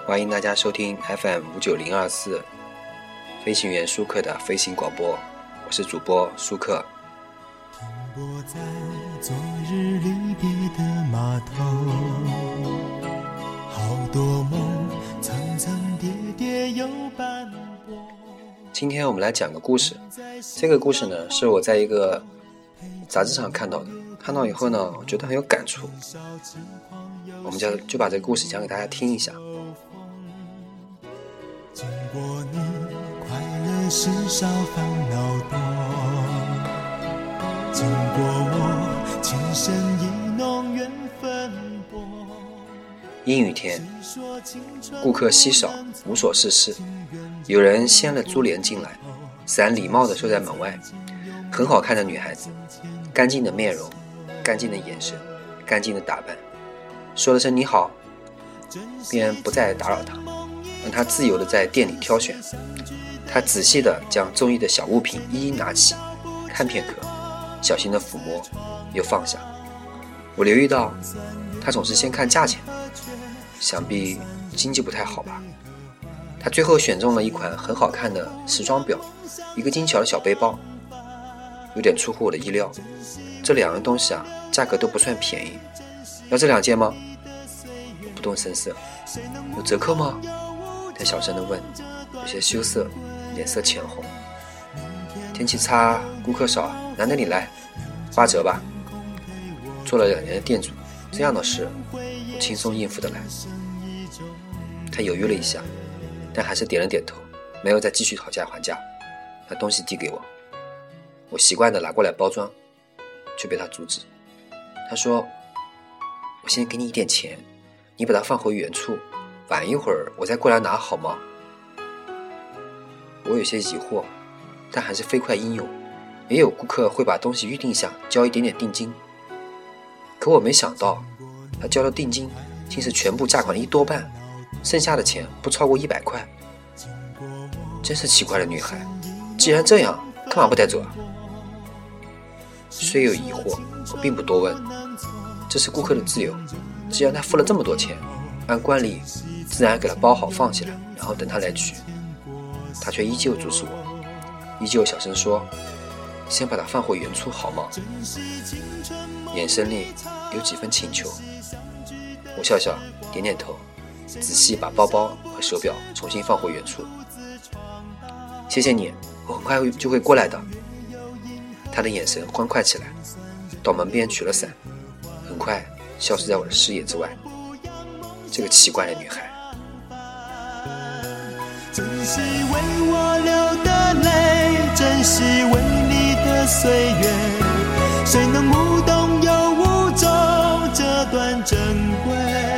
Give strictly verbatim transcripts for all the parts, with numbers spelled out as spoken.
欢迎大家收听 F M 五九零二四飞行员舒克的飞行广播，我是主播舒克。 停泊在昨日离别的码头，好多梦层层叠叠又斑驳。 今天我们来讲个故事，这个故事呢是我在一个杂志上看到的，看到以后呢我觉得很有感触，我们就就把这个故事讲给大家听一下。 经过你快乐时少烦恼多，经过我情深意浓缘分薄。 阴雨天，顾客稀少，无所事事，有人掀了珠帘进来，伞礼貌地收在门外。很好看的女孩子，干净的面容，干净的眼神，干净的打扮，说了声你好，便不再打扰她，让她自由地在店里挑选。她仔细地将中意的小物品一一拿起，看片刻，小心地抚摸，又放下。我留意到她总是先看价钱，想必经济不太好吧。她最后选中了一款很好看的时装表，一个精巧的小背包，有点出乎我的意料。这两样东西啊，价格都不算便宜。要这两件吗？我不动声色。有折扣吗？他小声地问，有些羞涩，脸色浅红。天气差，顾客少，难得你来，八折吧。做了两年的店主，这样的事我轻松应付得来。他犹豫了一下，但还是点了点头，没有再继续讨价还价。把东西递给我，我习惯地拿过来包装，却被他阻止。他说，我先给你一点钱，你把它放回原处，晚一会儿我再过来拿好吗？我有些疑惑，但还是飞快应用。也有顾客会把东西预定下，交一点点定金。可我没想到，他交的定金竟是全部价款的一多半，剩下的钱不超过一百块。真是奇怪的女孩，既然这样，干嘛不带走啊？虽有疑惑，我并不多问，这是顾客的自由，既然他付了这么多钱，按惯例自然给他包好放起来，然后等他来取。他却依旧阻止我，依旧小声说，先把它放回原处好吗？眼神里有几分请求。我笑笑点点头，仔细把包包和手表重新放回原处。谢谢你，我很快就会过来的。他的眼神欢快起来，到门边取了伞，很快消失在我的视野之外。这个奇怪的女孩， 珍惜为我流的泪，珍惜为你的岁月，谁能无动又无衷这段珍贵。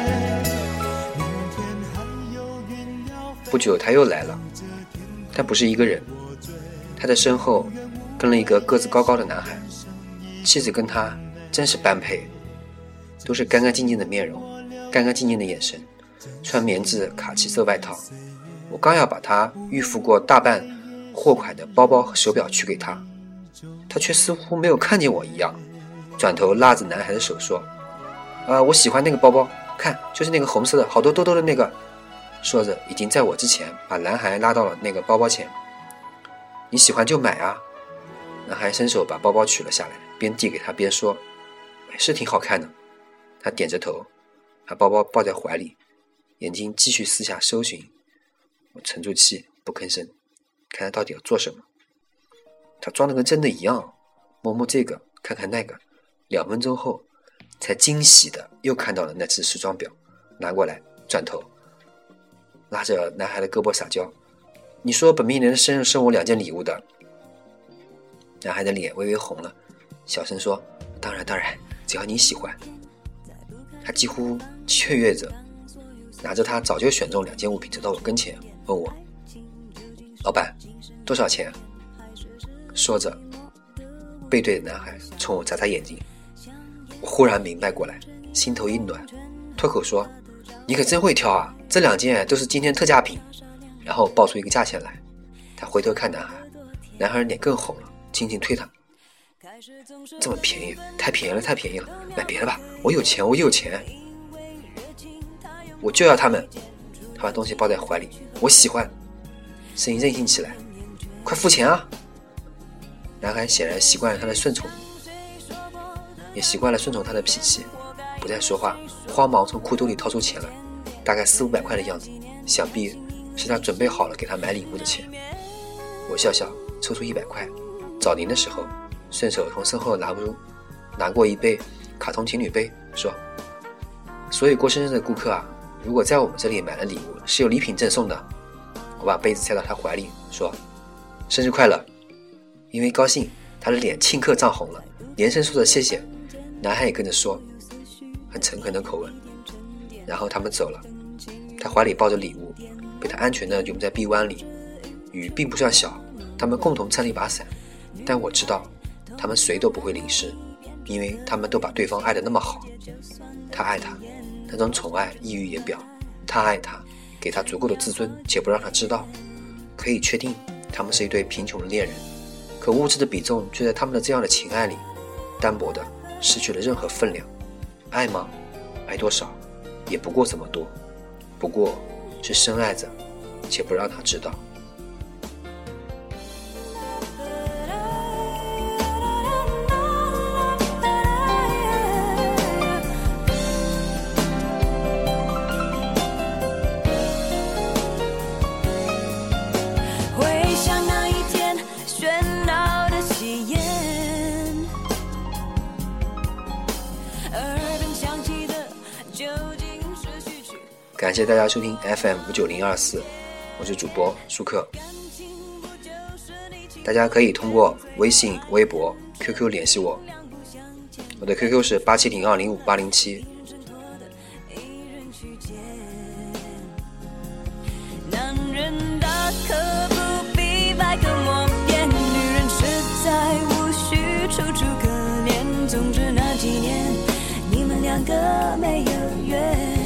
不久他又来了，但不是一个人，他的身后跟了一个个子高高的男孩，气质跟他真是般配，都是干干净净的面容，干干净净的眼神，穿棉质卡其色外套。我刚要把他预付过大半货款的包包和手表取给他，他却似乎没有看见我一样，转头拉着男孩的手说，呃，我喜欢那个包包，看，就是那个红色的好多兜兜的那个。说着已经在我之前把男孩拉到了那个包包前。你喜欢就买啊。男孩伸手把包包取了下来，边递给他边说，是挺好看的。他点着头，把包包抱在怀里，眼睛继续四下搜寻。我沉住气不吭声，看他到底要做什么。他装得跟真的一样，摸摸这个看看那个，两分钟后才惊喜的又看到了那只时装表，拿过来转头拉着男孩的胳膊撒娇，你说本命年的生日送我两件礼物的。男孩的脸微微红了，小声说，当然当然，只要你喜欢。他几乎雀跃着拿着他早就选中两件物品走到我跟前，问我，老板多少钱？说着背对着男孩冲我眨眨眼睛。我忽然明白过来，心头一暖，脱口说，你可真会挑啊，这两件都是今天特价品。然后报出一个价钱来。他回头看男孩，男孩脸更红了，轻轻推他，这么便宜，太便宜了太便宜了，买别的吧，我有钱我有钱。我就要他们。他把东西抱在怀里，我喜欢，声音任性起来，快付钱啊！男孩显然习惯了他的顺从，也习惯了顺从他的脾气，不再说话，慌忙从裤兜里掏出钱来，大概四五百块的样子，想必是他准备好了给他买礼物的钱。我笑笑抽出一百块，找零的时候顺手从身后拿出拿过一杯卡通情侣杯，说，所有过生日的顾客啊，如果在我们这里买了礼物是有礼品赠送的。我把杯子塞到他怀里，说，生日快乐。因为高兴，他的脸顷刻涨红了，连声说着谢谢。男孩也跟着说，很诚恳的口吻。然后他们走了，他怀里抱着礼物，被他安全地拥在臂弯里。雨并不算小，他们共同撑了一把伞，但我知道他们谁都不会淋湿，因为他们都把对方爱得那么好。他爱他，那种宠爱溢于言表，他爱他，给他足够的自尊，且不让他知道。可以确定他们是一对贫穷的恋人，可物质的比重却在他们的这样的情爱里单薄的失去了任何分量。爱吗？爱多少也不过这么多，不过是深爱着且不让他知道。感谢大家收听 F M 五九零二四，我是主播舒克。大家可以通过微信、微博、Q Q 联系我，我的 Q Q 是八七零二零五八零七。 男人大可不必百口莫辩，女人实在无需楚楚可怜。总之那几年，你们两个没有缘。